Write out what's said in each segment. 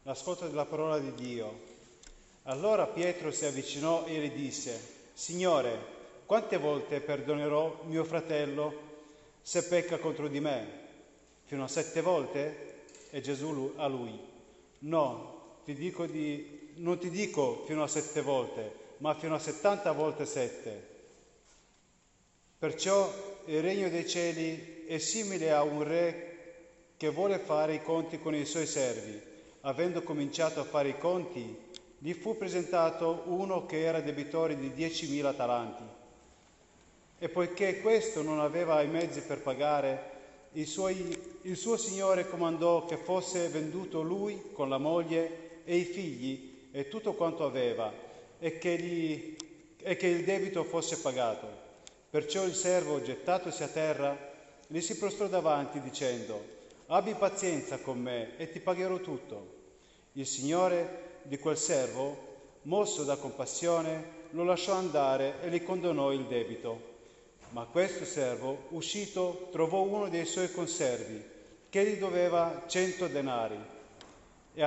l'ascolto della parola di Dio. Allora Pietro si avvicinò e gli disse: Signore, quante volte perdonerò mio fratello se pecca contro di me? Fino a 7 volte? E Gesù a lui: No, non ti dico fino a 7 volte, ma fino a 70 volte 7. Perciò il regno dei cieli è simile a un re che vuole fare i conti con i suoi servi. Avendo cominciato a fare i conti, gli fu presentato uno che era debitore di 10.000 talanti. E poiché questo non aveva i mezzi per pagare, il suo signore comandò che fosse venduto lui con la moglie e i figli e tutto quanto aveva, e che il debito fosse pagato. Perciò il servo, gettatosi a terra, gli si prostrò davanti dicendo: Abbi pazienza con me e ti pagherò tutto. Il signore di quel servo, mosso da compassione, lo lasciò andare e gli condonò il debito. Ma questo servo, uscito, trovò uno dei suoi conservi che gli doveva 100 denari e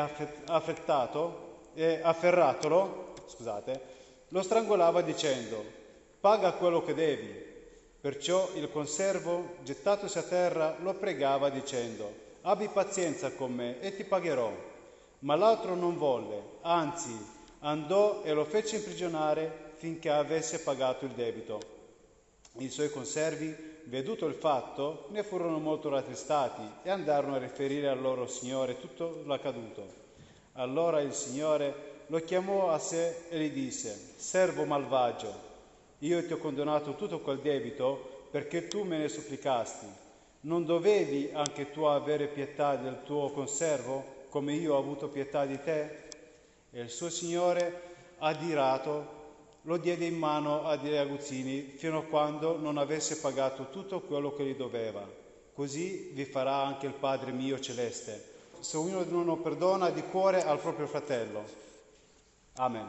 afferratolo, lo strangolava dicendo: Paga quello che devi. Perciò il conservo, gettatosi a terra, lo pregava dicendo: Abbi pazienza con me e ti pagherò. Ma l'altro non volle, anzi andò e lo fece imprigionare finché avesse pagato il debito. I suoi conservi, veduto il fatto, ne furono molto rattristati e andarono a riferire al loro signore tutto l'accaduto. Allora il signore lo chiamò a sé e gli disse: Servo malvagio, io ti ho condonato tutto quel debito perché tu me ne supplicasti. Non dovevi anche tu avere pietà del tuo conservo, come io ho avuto pietà di te? E il suo signore, adirato, lo diede in mano a degli aguzzini fino a quando non avesse pagato tutto quello che gli doveva. Così vi farà anche il Padre mio celeste, se ognuno non perdona di cuore al proprio fratello. Amen.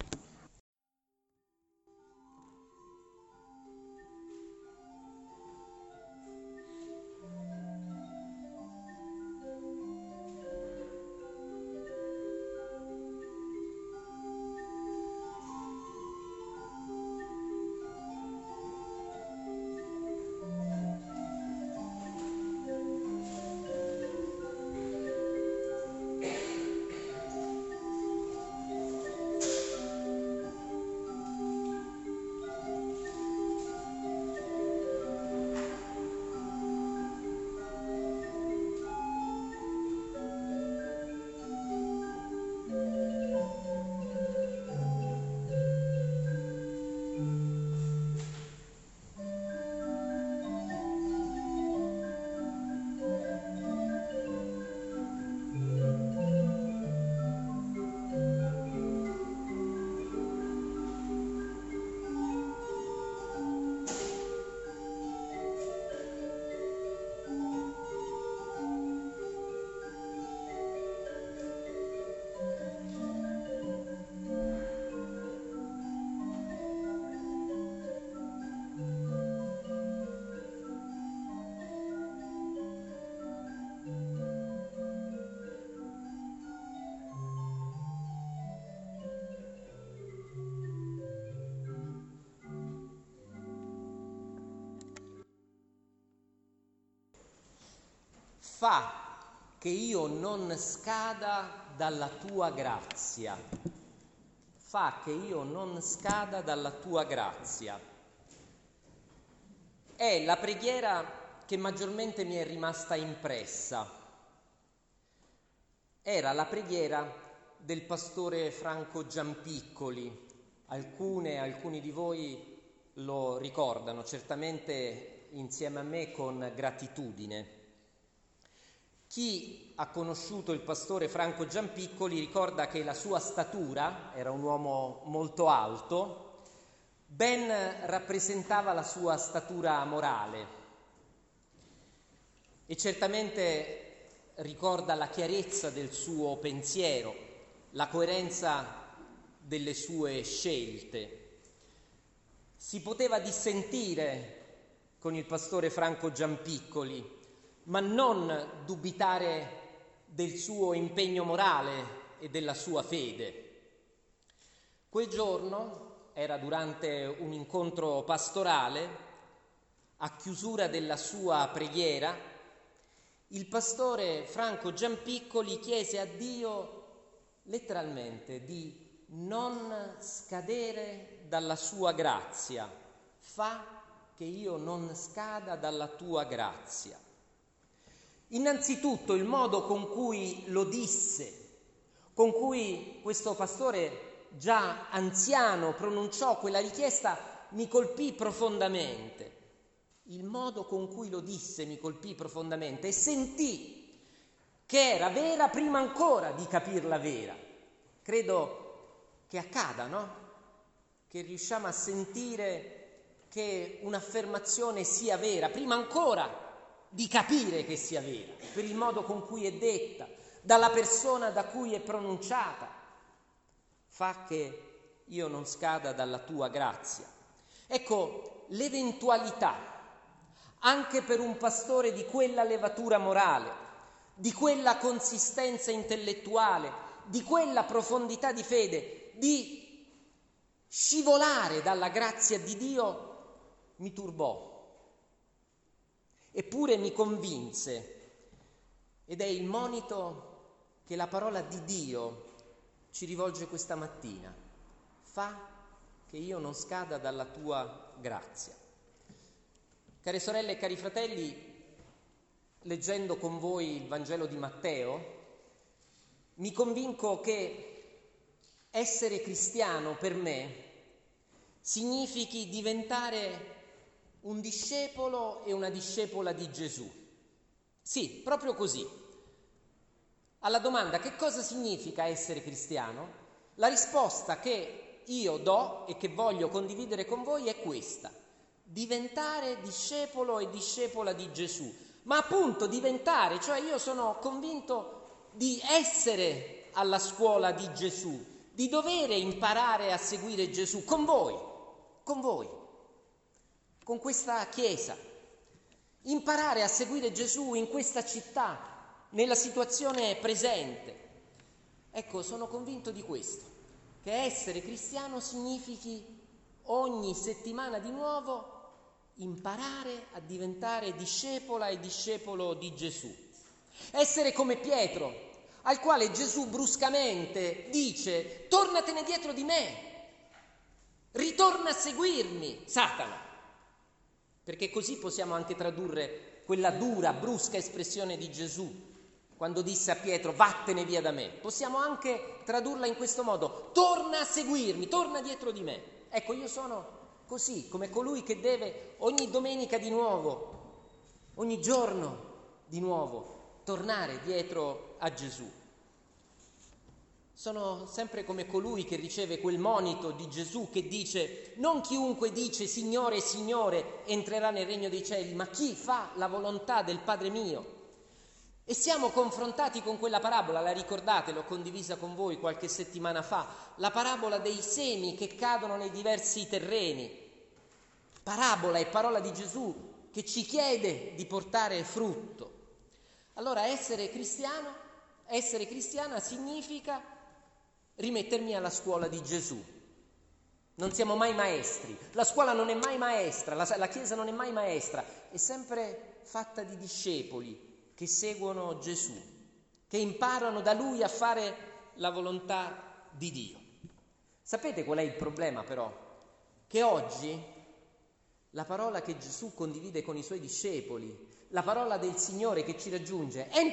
Fa che io non scada dalla tua grazia. Fa che io non scada dalla tua grazia. È la preghiera che maggiormente mi è rimasta impressa. Era la preghiera del pastore Franco Giampiccoli. Alcuni di voi lo ricordano, certamente insieme a me con gratitudine. Chi ha conosciuto il pastore Franco Giampiccoli ricorda che la sua statura, era un uomo molto alto, ben rappresentava la sua statura morale e certamente ricorda la chiarezza del suo pensiero, la coerenza delle sue scelte. Si poteva dissentire con il pastore Franco Giampiccoli, ma non dubitare del suo impegno morale e della sua fede. Quel giorno era durante un incontro pastorale, a chiusura della sua preghiera, il pastore Franco Giampiccoli chiese a Dio letteralmente di non scadere dalla sua grazia. Fa che io non scada dalla tua grazia. Innanzitutto il modo con cui lo disse, con cui questo pastore già anziano pronunciò quella richiesta, mi colpì profondamente. Il modo con cui lo disse mi colpì profondamente e sentì che era vera prima ancora di capirla vera. Credo che accada, no? Che riusciamo a sentire che un'affermazione sia vera prima ancora di capire che sia vera, per il modo con cui è detta, dalla persona da cui è pronunciata. Fa che io non scada dalla tua grazia. Ecco, l'eventualità anche per un pastore di quella levatura morale, di quella consistenza intellettuale, di quella profondità di fede, di scivolare dalla grazia di Dio, mi turbò. Eppure mi convinse, ed è il monito che la parola di Dio ci rivolge questa mattina. Fa che io non scada dalla tua grazia. Care sorelle e cari fratelli, leggendo con voi il Vangelo di Matteo, mi convinco che essere cristiano per me significhi diventare un discepolo e una discepola di Gesù. Sì, proprio così. Alla domanda che cosa significa essere cristiano, la risposta che io do e che voglio condividere con voi è questa: diventare discepolo e discepola di Gesù. Ma appunto diventare, cioè io sono convinto di essere alla scuola di Gesù, di dover imparare a seguire Gesù con voi, con questa Chiesa, imparare a seguire Gesù in questa città, nella situazione presente. Ecco, sono convinto di questo, che essere cristiano significhi ogni settimana di nuovo imparare a diventare discepola e discepolo di Gesù. Essere come Pietro, al quale Gesù bruscamente dice: tornatene dietro di me, ritorna a seguirmi, Satana. Perché così possiamo anche tradurre quella dura, brusca espressione di Gesù quando disse a Pietro: vattene via da me. Possiamo anche tradurla in questo modo: torna a seguirmi, torna dietro di me. Ecco, io sono così, come colui che deve ogni domenica di nuovo, ogni giorno di nuovo, tornare dietro a Gesù. Sono sempre come colui che riceve quel monito di Gesù che dice: non chiunque dice Signore, Signore entrerà nel regno dei cieli, ma chi fa la volontà del Padre mio. E siamo confrontati con quella parabola, la ricordate, l'ho condivisa con voi qualche settimana fa, la parabola dei semi che cadono nei diversi terreni. Parabola e parola di Gesù che ci chiede di portare frutto. Allora essere cristiana significa rimettermi alla scuola di Gesù. Non siamo mai maestri, la scuola non è mai maestra, la Chiesa non è mai maestra, è sempre fatta di discepoli che seguono Gesù, che imparano da Lui a fare la volontà di Dio. Sapete qual è il problema però? Che oggi la parola che Gesù condivide con i Suoi discepoli, la parola del Signore che ci raggiunge, è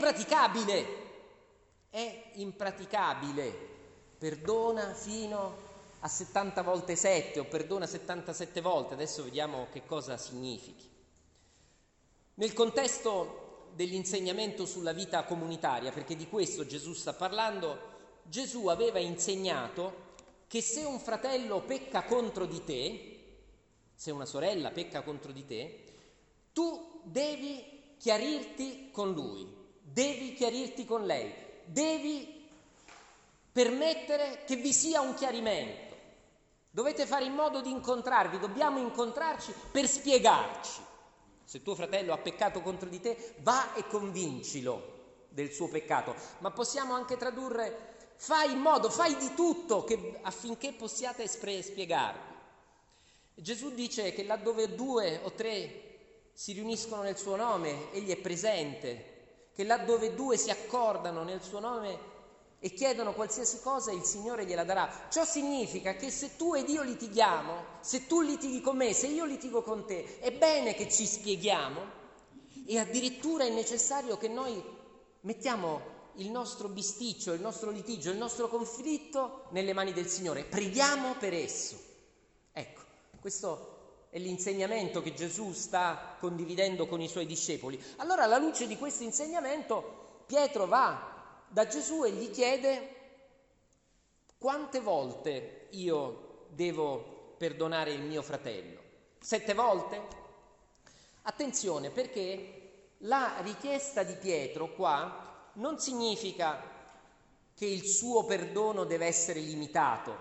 impraticabile. Perdona fino a 70 volte 7 o perdona 77 volte, adesso vediamo che cosa significhi. Nel contesto dell'insegnamento sulla vita comunitaria, perché di questo Gesù sta parlando, Gesù aveva insegnato che se un fratello pecca contro di te, se una sorella pecca contro di te, tu devi chiarirti con lui, devi chiarirti con lei, devi permettere che vi sia un chiarimento. Dovete fare in modo di incontrarvi, dobbiamo incontrarci per spiegarci. Se tuo fratello ha peccato contro di te, va e convincilo del suo peccato, ma possiamo anche tradurre: fai di tutto affinché possiate spiegarvi. Gesù dice che laddove 2 o 3 si riuniscono nel suo nome, egli è presente, che laddove 2 si accordano nel suo nome e chiedono qualsiasi cosa, il Signore gliela darà. Ciò significa che se tu ed io litighiamo, se tu litighi con me, se io litigo con te, è bene che ci spieghiamo, e addirittura è necessario che noi mettiamo il nostro bisticcio, il nostro litigio, il nostro conflitto nelle mani del Signore. Preghiamo per esso. Ecco, questo è l'insegnamento che Gesù sta condividendo con i suoi discepoli. Allora, alla luce di questo insegnamento, Pietro va da Gesù e gli chiede: quante volte io devo perdonare il mio fratello? 7 volte? Attenzione, perché la richiesta di Pietro qua non significa che il suo perdono deve essere limitato,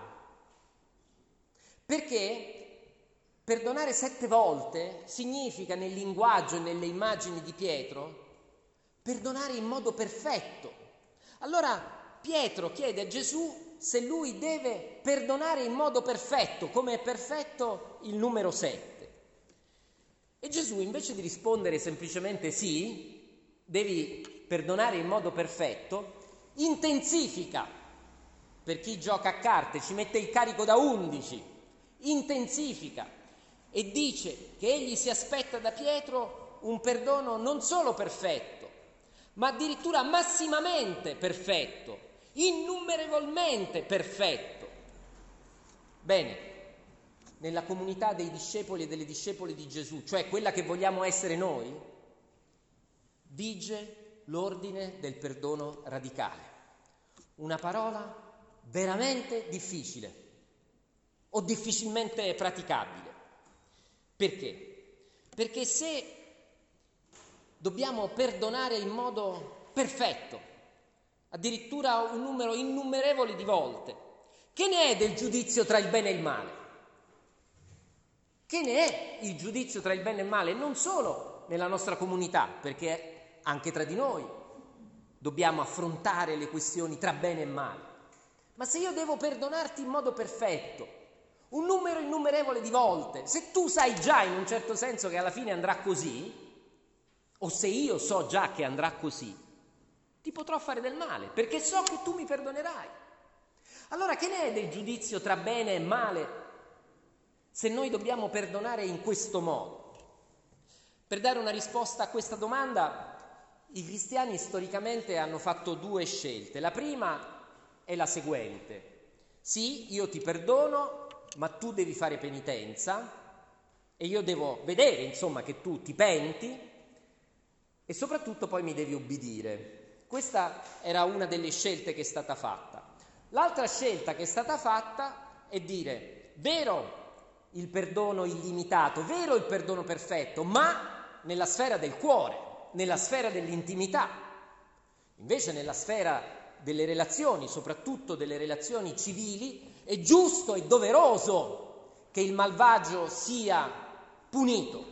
perché perdonare 7 volte significa, nel linguaggio e nelle immagini di Pietro, perdonare in modo perfetto. Allora Pietro chiede a Gesù se lui deve perdonare in modo perfetto, come è perfetto il numero 7. E Gesù, invece di rispondere semplicemente sì, devi perdonare in modo perfetto, intensifica. Per chi gioca a carte ci mette il carico da 11, intensifica e dice che egli si aspetta da Pietro un perdono non solo perfetto, ma addirittura massimamente perfetto, innumerevolmente perfetto. Bene, nella comunità dei discepoli e delle discepole di Gesù, cioè quella che vogliamo essere noi, vige l'ordine del perdono radicale. Una parola veramente difficile o difficilmente praticabile. Perché? Perché se dobbiamo perdonare in modo perfetto, addirittura un numero innumerevole di volte, che ne è del giudizio tra il bene e il male? Che ne è il giudizio tra il bene e il male? Non solo nella nostra comunità, perché anche tra di noi dobbiamo affrontare le questioni tra bene e male, ma se io devo perdonarti in modo perfetto, un numero innumerevole di volte, se tu sai già in un certo senso che alla fine andrà così, o se io so già che andrà così, ti potrò fare del male, perché so che tu mi perdonerai. Allora che ne è del giudizio tra bene e male, se noi dobbiamo perdonare in questo modo? Per dare una risposta a questa domanda, i cristiani storicamente hanno fatto 2 scelte. La prima è la seguente: sì, io ti perdono, ma tu devi fare penitenza e io devo vedere, insomma, che tu ti penti e soprattutto poi mi devi obbedire. Questa era una delle scelte che è stata fatta. L'altra scelta che è stata fatta è dire: vero il perdono illimitato, vero il perdono perfetto, ma nella sfera del cuore, nella sfera dell'intimità. Invece nella sfera delle relazioni, soprattutto delle relazioni civili, è giusto e doveroso che il malvagio sia punito.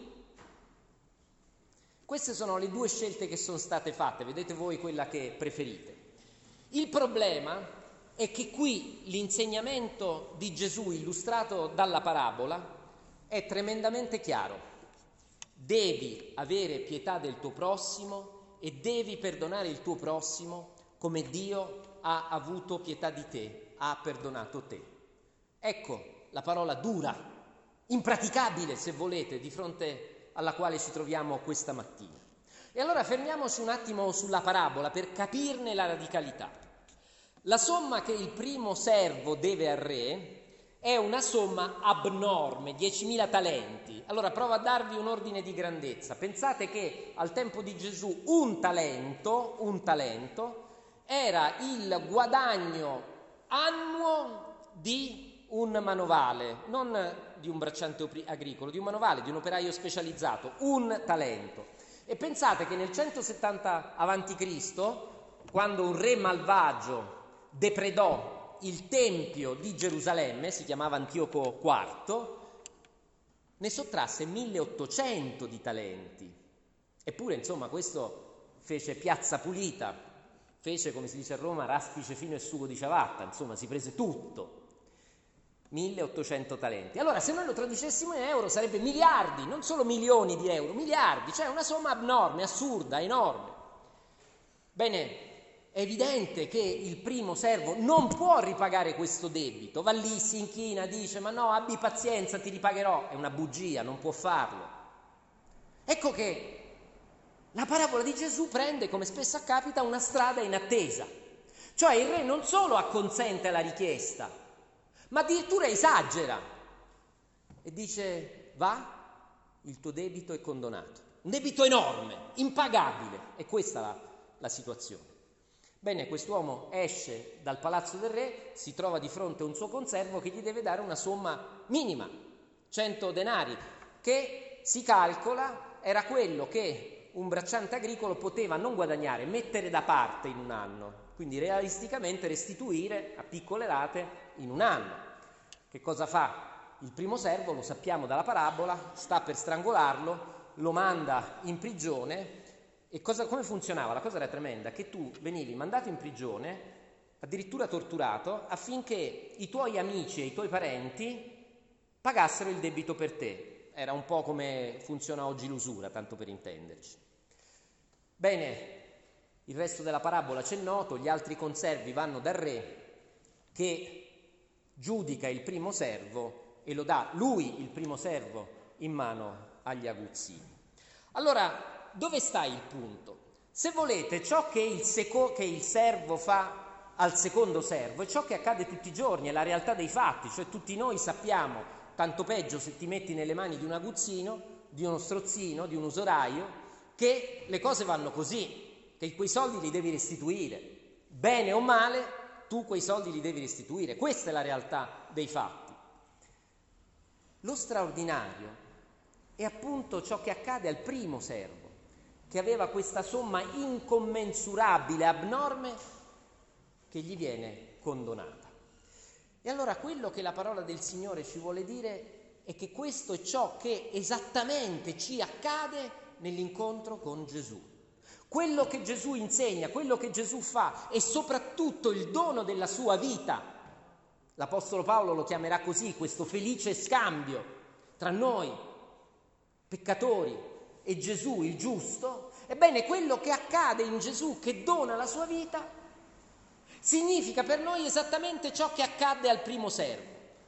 Queste sono le 2 scelte che sono state fatte, vedete voi quella che preferite. Il problema è che qui l'insegnamento di Gesù illustrato dalla parabola è tremendamente chiaro. Devi avere pietà del tuo prossimo e devi perdonare il tuo prossimo come Dio ha avuto pietà di te, ha perdonato te. Ecco la parola dura, impraticabile se volete, di fronte alla quale ci troviamo questa mattina. E allora fermiamoci un attimo sulla parabola per capirne la radicalità. La somma che il primo servo deve al re è una somma abnorme, 10.000 talenti. Allora provo a darvi un ordine di grandezza. Pensate che al tempo di Gesù un talento era il guadagno annuo di un manovale, non di un bracciante agricolo, di un manovale, di un operaio specializzato, un talento. E pensate che nel 170 a.C., quando un re malvagio depredò il tempio di Gerusalemme, si chiamava Antioco IV, ne sottrasse 1800 di talenti. Eppure, insomma, questo fece piazza pulita fece, come si dice a Roma, raspice fino e sugo di ciabatta, insomma si prese tutto. 1800 talenti. Allora, se noi lo traducessimo in euro sarebbe miliardi, non solo milioni di euro, miliardi, cioè una somma abnorme, assurda, enorme. Bene, è evidente che il primo servo non può ripagare questo debito, va lì, si inchina, dice ma no, abbi pazienza, ti ripagherò. È una bugia, non può farlo. Ecco che la parabola di Gesù prende, come spesso accapita, una strada in attesa. Cioè il re non solo acconsente alla richiesta, ma addirittura esagera e dice va, il tuo debito è condonato. Un debito enorme, impagabile. E questa è la situazione. Bene, quest'uomo esce dal palazzo del re, si trova di fronte a un suo conservo che gli deve dare una somma minima, 100 denari, che si calcola era quello che un bracciante agricolo poteva non guadagnare, mettere da parte in un anno, quindi realisticamente restituire a piccole rate in un anno. Che cosa fa? Il primo servo, lo sappiamo dalla parabola, sta per strangolarlo, lo manda in prigione. E come funzionava? La cosa era tremenda, che tu venivi mandato in prigione, addirittura torturato, affinché i tuoi amici e i tuoi parenti pagassero il debito per te. Era un po' come funziona oggi l'usura, tanto per intenderci. Bene, il resto della parabola c'è noto, gli altri conservi vanno dal re che giudica il primo servo e lo dà, lui, il primo servo, in mano agli aguzzini. Allora, dove sta il punto? Se volete, ciò che il servo fa al secondo servo è ciò che accade tutti i giorni, è la realtà dei fatti, cioè tutti noi sappiamo, tanto peggio se ti metti nelle mani di un aguzzino, di uno strozzino, di un usuraio, che le cose vanno così, che quei soldi li devi restituire. Bene o male, tu quei soldi li devi restituire. Questa è la realtà dei fatti. Lo straordinario è appunto ciò che accade al primo servo, che aveva questa somma incommensurabile, abnorme, che gli viene condonata. E allora quello che la parola del Signore ci vuole dire è che questo è ciò che esattamente ci accade nell'incontro con Gesù. Quello che Gesù insegna, quello che Gesù fa e soprattutto il dono della sua vita. L'Apostolo Paolo lo chiamerà così, questo felice scambio tra noi, peccatori, e Gesù, il giusto. Ebbene, quello che accade in Gesù, che dona la sua vita, significa per noi esattamente ciò che accadde al primo servo.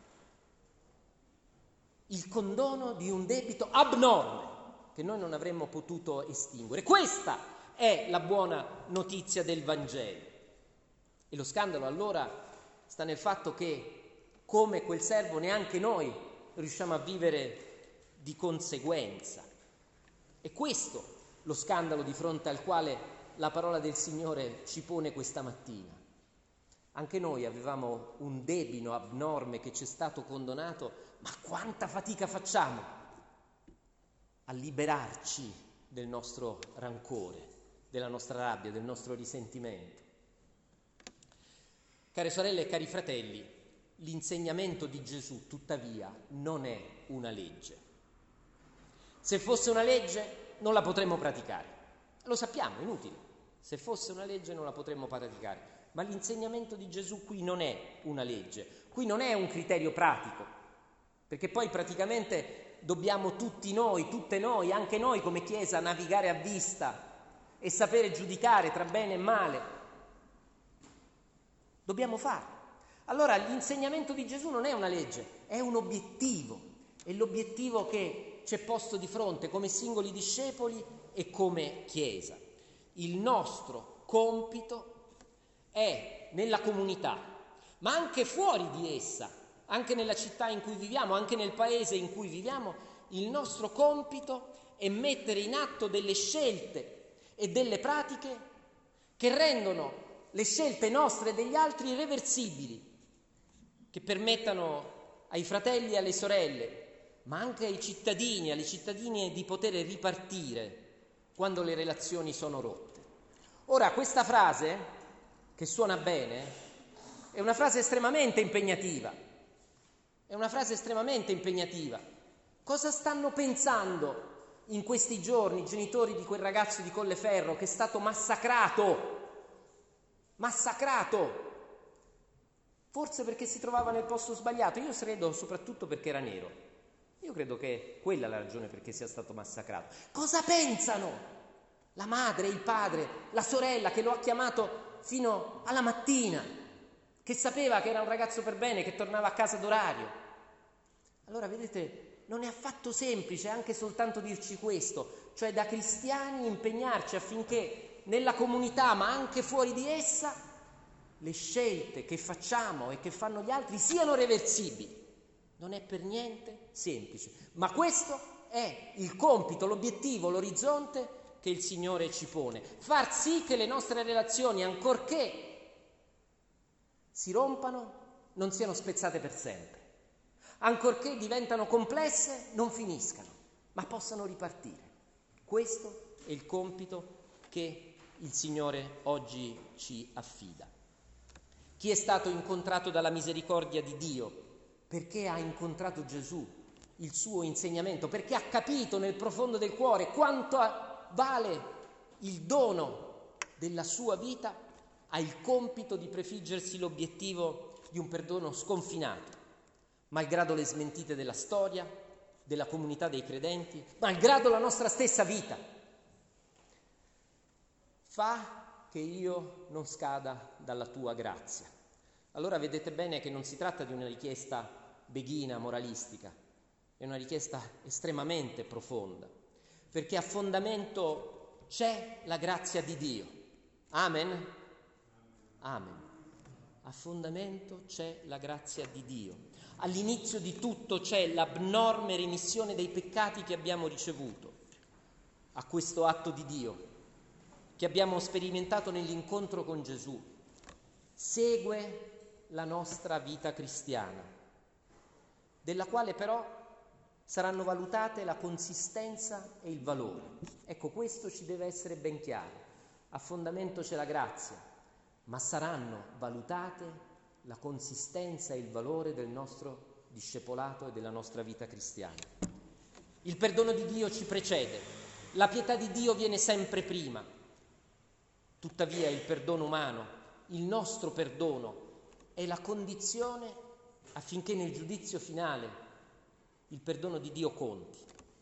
Il condono di un debito abnorme che noi non avremmo potuto estinguere. Questa è la buona notizia del Vangelo. E lo scandalo allora sta nel fatto che, come quel servo, neanche noi riusciamo a vivere di conseguenza. E questo lo scandalo di fronte al quale la parola del Signore ci pone questa mattina. Anche noi avevamo un debito abnorme che ci è stato condonato, ma quanta fatica facciamo a liberarci del nostro rancore, della nostra rabbia, del nostro risentimento. Care sorelle e cari fratelli, l'insegnamento di Gesù, tuttavia, non è una legge. Se fosse una legge non la potremmo praticare. Lo sappiamo, è inutile. Se fosse una legge non la potremmo praticare. Ma l'insegnamento di Gesù qui non è una legge, qui non è un criterio pratico, perché poi praticamente dobbiamo tutti noi, tutte noi, anche noi come Chiesa, navigare a vista e sapere giudicare tra bene e male. Dobbiamo farlo. Allora l'insegnamento di Gesù non è una legge, è un obiettivo, è l'obiettivo che ci è posto di fronte come singoli discepoli e come Chiesa. Il nostro compito è nella comunità, ma anche fuori di essa, anche nella città in cui viviamo, anche nel paese in cui viviamo, il nostro compito è mettere in atto delle scelte e delle pratiche che rendono le scelte nostre e degli altri irreversibili, che permettano ai fratelli e alle sorelle, ma anche ai cittadini, alle cittadine di poter ripartire quando le relazioni sono rotte. Ora, questa frase, che suona bene, è una frase estremamente impegnativa. È una frase estremamente impegnativa. Cosa stanno pensando in questi giorni i genitori di quel ragazzo di Colleferro che è stato massacrato massacrato, forse perché si trovava nel posto sbagliato. Io credo soprattutto perché era nero. Io credo che quella è la ragione perché sia stato massacrato. Cosa pensano la madre, il padre, la sorella che lo ha chiamato fino alla mattina, che sapeva che era un ragazzo per bene, che tornava a casa d'orario? Allora, vedete, non è affatto semplice anche soltanto dirci questo, cioè da cristiani impegnarci affinché nella comunità, ma anche fuori di essa, le scelte che facciamo e che fanno gli altri siano reversibili. Non è per niente semplice, ma questo è il compito, l'obiettivo, l'orizzonte che il Signore ci pone. Far sì che le nostre relazioni, ancorché si rompano, non siano spezzate per sempre. Ancorché diventano complesse, non finiscano, ma possano ripartire. Questo è il compito che il Signore oggi ci affida. Chi è stato incontrato dalla misericordia di Dio, perché ha incontrato Gesù, il suo insegnamento, perché ha capito nel profondo del cuore quanto vale il dono della sua vita, ha il compito di prefiggersi l'obiettivo di un perdono sconfinato, malgrado le smentite della storia, della comunità dei credenti, malgrado la nostra stessa vita. Fa che io non scada dalla tua grazia. Allora vedete bene che non si tratta di una richiesta beghina, moralistica, è una richiesta estremamente profonda, perché a fondamento c'è la grazia di Dio. Amen? Amen. A fondamento c'è la grazia di Dio. All'inizio di tutto c'è l'abnorme remissione dei peccati che abbiamo ricevuto a questo atto di Dio, che abbiamo sperimentato nell'incontro con Gesù. Segue la nostra vita cristiana, della quale però saranno valutate la consistenza e il valore. Ecco, questo ci deve essere ben chiaro. A fondamento c'è la grazia, ma saranno valutate la consistenza e il valore del nostro discepolato e della nostra vita cristiana. Il perdono di Dio ci precede, la pietà di Dio viene sempre prima. Tuttavia il perdono umano, il nostro perdono, è la condizione affinché nel giudizio finale il perdono di Dio conti.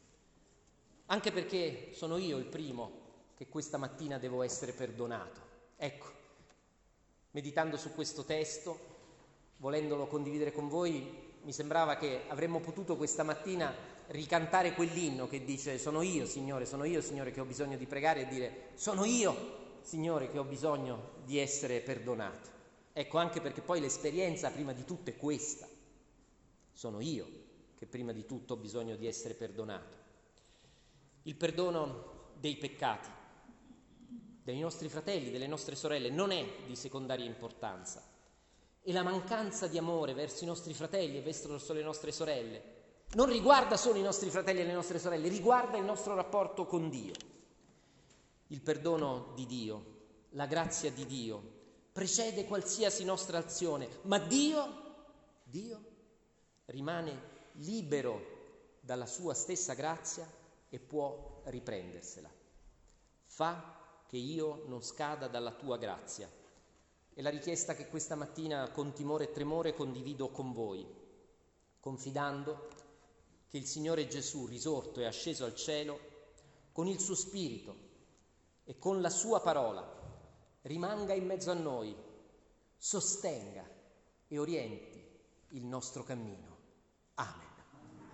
Anche perché sono io il primo che questa mattina devo essere perdonato. Ecco, meditando su questo testo, volendolo condividere con voi, mi sembrava che avremmo potuto questa mattina ricantare quell'inno che dice: sono io, Signore, che ho bisogno di pregare, e dire: sono io, Signore, che ho bisogno di essere perdonato. Ecco, anche perché poi l'esperienza prima di tutto è questa. Sono io che prima di tutto ho bisogno di essere perdonato. Il perdono dei peccati dei nostri fratelli, delle nostre sorelle, non è di secondaria importanza. E la mancanza di amore verso i nostri fratelli e verso le nostre sorelle non riguarda solo i nostri fratelli e le nostre sorelle, riguarda il nostro rapporto con Dio. Il perdono di Dio, la grazia di Dio precede qualsiasi nostra azione, ma Dio rimane libero dalla sua stessa grazia e può riprendersela. Fa che io non scada dalla tua grazia. È la richiesta che questa mattina con timore e tremore condivido con voi, confidando che il Signore Gesù, risorto e asceso al cielo, con il suo Spirito e con la sua parola, rimanga in mezzo a noi, sostenga e orienti il nostro cammino. Amen.